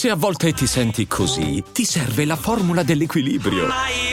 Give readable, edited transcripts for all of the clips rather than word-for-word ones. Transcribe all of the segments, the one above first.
Se a volte ti senti così, ti serve la formula dell'equilibrio.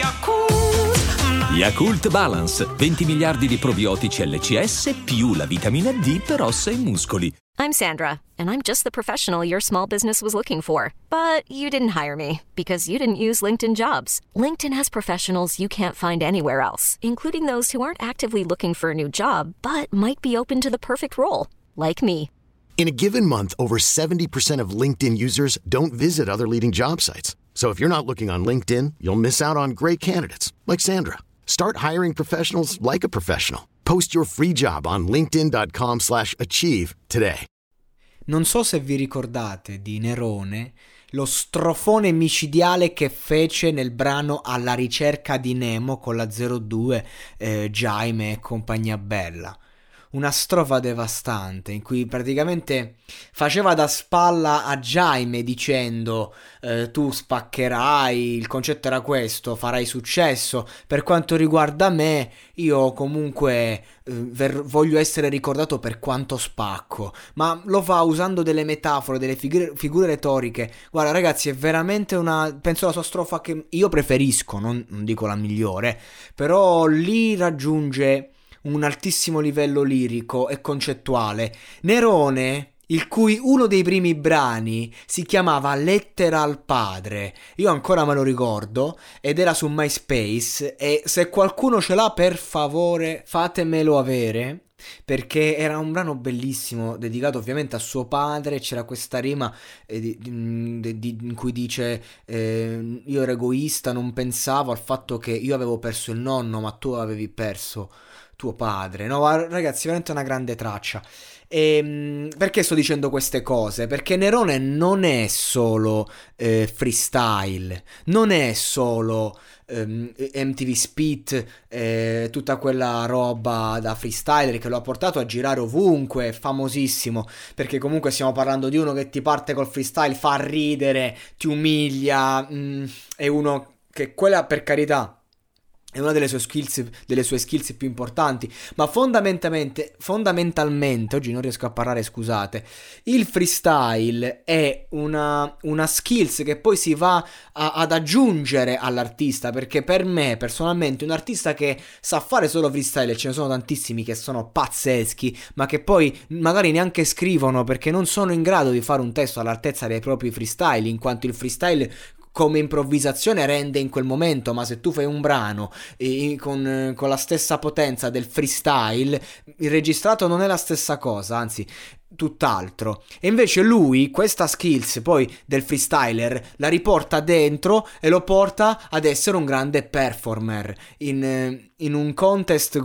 Yakult Balance, 20 miliardi di probiotici LCS più la vitamina D per ossa e muscoli. I'm Sandra, and I'm just the professional your small business was looking for. But you didn't hire me because you didn't use LinkedIn Jobs. LinkedIn has professionals you can't find anywhere else, including those who aren't actively looking for a new job, but might be open to the perfect role, like me. In a given month, over 70% of LinkedIn users don't visit other leading job sites. So if you're not looking on LinkedIn, you'll miss out on great candidates like Sandra. Start hiring professionals like a professional. Post your free job on linkedin.com/achieve today. Non so se vi ricordate di Nerone, lo strofone micidiale che fece nel brano Alla ricerca di Nemo con la 02, Jaime e compagnia bella. Una strofa devastante in cui praticamente faceva da spalla a Jaime dicendo tu spaccherai, il concetto era questo, farai successo, per quanto riguarda me io comunque voglio essere ricordato per quanto spacco, ma lo fa usando delle metafore, delle figure retoriche. Guarda ragazzi, è veramente penso la sua strofa che io preferisco, non dico la migliore, però lì raggiunge un altissimo livello lirico e concettuale. Nerone, il cui uno dei primi brani si chiamava Lettera al padre, io ancora me lo ricordo, ed era su MySpace, e se qualcuno ce l'ha per favore fatemelo avere, perché era un brano bellissimo dedicato ovviamente a suo padre. C'era questa rima in cui dice io ero egoista, non pensavo al fatto che io avevo perso il nonno ma tu avevi perso tuo padre. No, ragazzi, veramente una grande traccia. Perché sto dicendo queste cose? Perché Nerone non è solo freestyle, non è solo MTV Spit, tutta quella roba da freestyler che lo ha portato a girare ovunque, famosissimo, perché comunque stiamo parlando di uno che ti parte col freestyle, fa ridere, ti umilia, è uno che quella, per carità, è una delle sue skills più importanti, ma fondamentalmente, oggi non riesco a parlare, scusate, il freestyle è una skills che poi si va ad aggiungere all'artista, perché per me personalmente un artista che sa fare solo freestyle, e ce ne sono tantissimi che sono pazzeschi, ma che poi magari neanche scrivono perché non sono in grado di fare un testo all'altezza dei propri freestyle, in quanto il freestyle come improvvisazione rende in quel momento, ma se tu fai un brano con la stessa potenza del freestyle, il registrato non è la stessa cosa, anzi tutt'altro. E invece lui questa skills poi del freestyler la riporta dentro e lo porta ad essere un grande performer in un contesto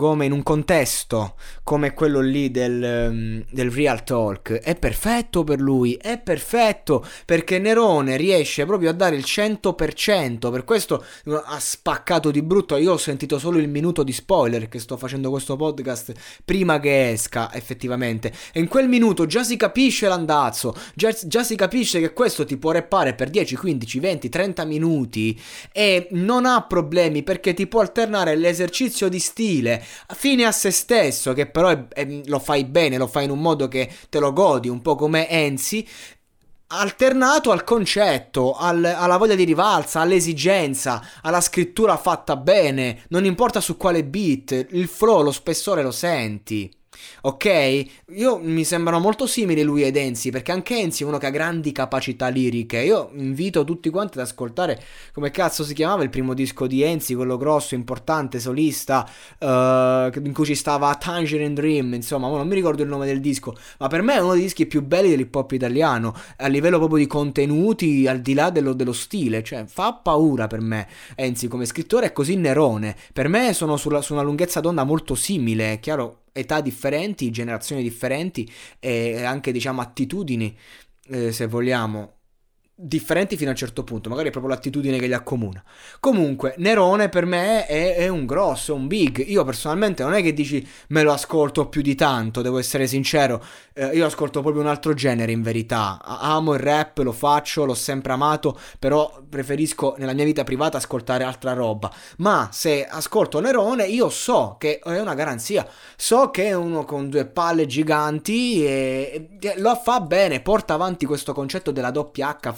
come quello lì del Real Talk. È perfetto per lui, è perfetto, perché Nerone riesce proprio a dare il 100%. Per questo ha spaccato di brutto. Io ho sentito solo il minuto di spoiler, che sto facendo questo podcast prima che esca effettivamente, e in quel minuto già si capisce l'andazzo, già si capisce che questo ti può rappare per 10, 15, 20, 30 minuti e non ha problemi, perché ti può alternare l'esercizio di stile fine a se stesso, che però lo fai bene, lo fai in un modo che te lo godi, un po' come Enzi, alternato al concetto, alla voglia di rivalsa, all'esigenza, alla scrittura fatta bene, non importa su quale beat, il flow, lo spessore lo senti. Ok? Io mi sembrano molto simili lui ed Enzi, perché anche Enzi è uno che ha grandi capacità liriche. Io invito tutti quanti ad ascoltare, come cazzo si chiamava il primo disco di Enzi, quello grosso, importante, solista, in cui ci stava Tangerine Dream, insomma, non mi ricordo il nome del disco, ma per me è uno dei dischi più belli dell'hip hop italiano, a livello proprio di contenuti, al di là dello stile, cioè fa paura per me Enzi come scrittore, e così Nerone. Per me sono su una lunghezza d'onda molto simile, è chiaro, età differenti, generazioni differenti e anche, diciamo, attitudini, se vogliamo, differenti fino a un certo punto, magari è proprio l'attitudine che li accomuna. Comunque Nerone per me è un grosso, un big. Io personalmente non è che dici me lo ascolto più di tanto, devo essere sincero, io ascolto proprio un altro genere in verità. Amo il rap, lo faccio, l'ho sempre amato, però preferisco nella mia vita privata ascoltare altra roba. Ma se ascolto Nerone io so che è una garanzia, so che è uno con due palle giganti e lo fa bene, porta avanti questo concetto della doppia H, fa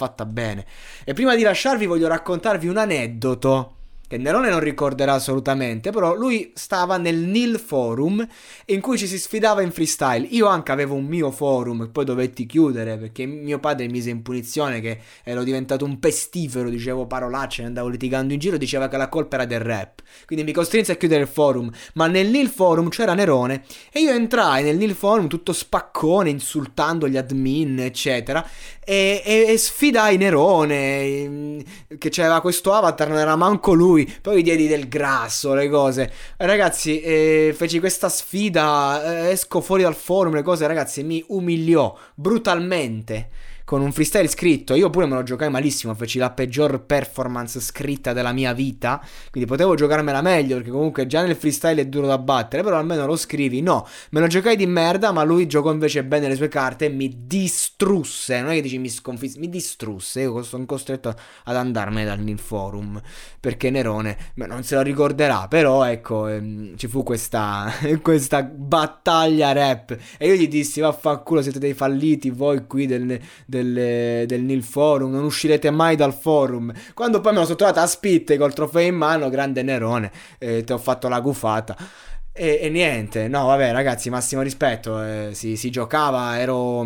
fatta bene. E prima di lasciarvi voglio raccontarvi un aneddoto che Nerone non ricorderà assolutamente, però lui stava nel Nil Forum in cui ci si sfidava in freestyle. Io anche avevo un mio forum, poi dovetti chiudere perché mio padre mi mise in punizione che ero diventato un pestifero, dicevo parolacce, andavo litigando in giro, diceva che la colpa era del rap, quindi mi costrinse a chiudere il forum. Ma nel Nil Forum c'era Nerone e io entrai nel Nil Forum tutto spaccone, insultando gli admin eccetera, e sfidai Nerone, che c'era questo avatar, non era manco lui. Poi diedi del grasso, le cose. Ragazzi, feci questa sfida, esco fuori dal forum, le cose, ragazzi, mi umiliò brutalmente con un freestyle scritto. Io pure me lo giocai malissimo, feci la peggior performance scritta della mia vita, quindi potevo giocarmela meglio perché comunque già nel freestyle è duro da battere, però almeno lo scrivi. No, me lo giocai di merda, ma lui giocò invece bene le sue carte e mi distrusse. Non è che dici mi sconfisse, mi distrusse. Io sono costretto ad andarmene dal Nil Forum perché Nerone non se lo ricorderà, però ecco, ci fu questa battaglia rap e io gli dissi vaffanculo, siete dei falliti voi qui del Nil Forum, non uscirete mai dal forum. Quando poi me lo sono trovato a spitte col trofeo in mano, grande Nerone, ti ho fatto la gufata. E niente, no vabbè ragazzi, massimo rispetto, si giocava,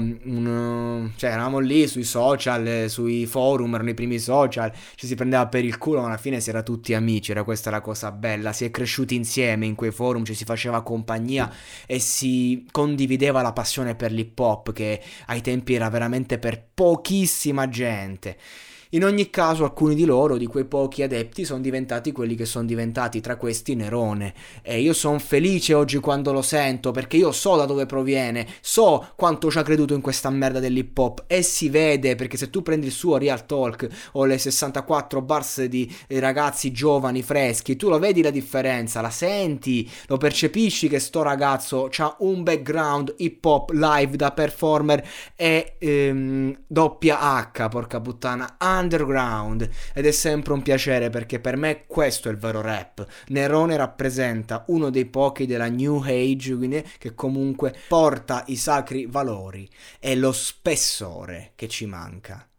cioè eravamo lì sui social, sui forum, erano i primi social, ci si prendeva per il culo, ma alla fine si era tutti amici, era questa la cosa bella, si è cresciuti insieme in quei forum, ci si faceva compagnia e si condivideva la passione per l'hip hop che ai tempi era veramente per pochissima gente. In ogni caso alcuni di loro, di quei pochi adepti, sono diventati quelli che sono diventati, tra questi Nerone, e io sono felice oggi quando lo sento perché io so da dove proviene, so quanto ci ha creduto in questa merda dell'hip hop e si vede, perché se tu prendi il suo Real Talk o le 64 bars di ragazzi giovani freschi, tu lo vedi la differenza, la senti, lo percepisci che sto ragazzo c'ha un background hip hop live da performer e doppia H, porca puttana, underground, ed è sempre un piacere perché per me questo è il vero rap. Nerone rappresenta uno dei pochi della New Age, quindi, che comunque porta i sacri valori e lo spessore che ci manca.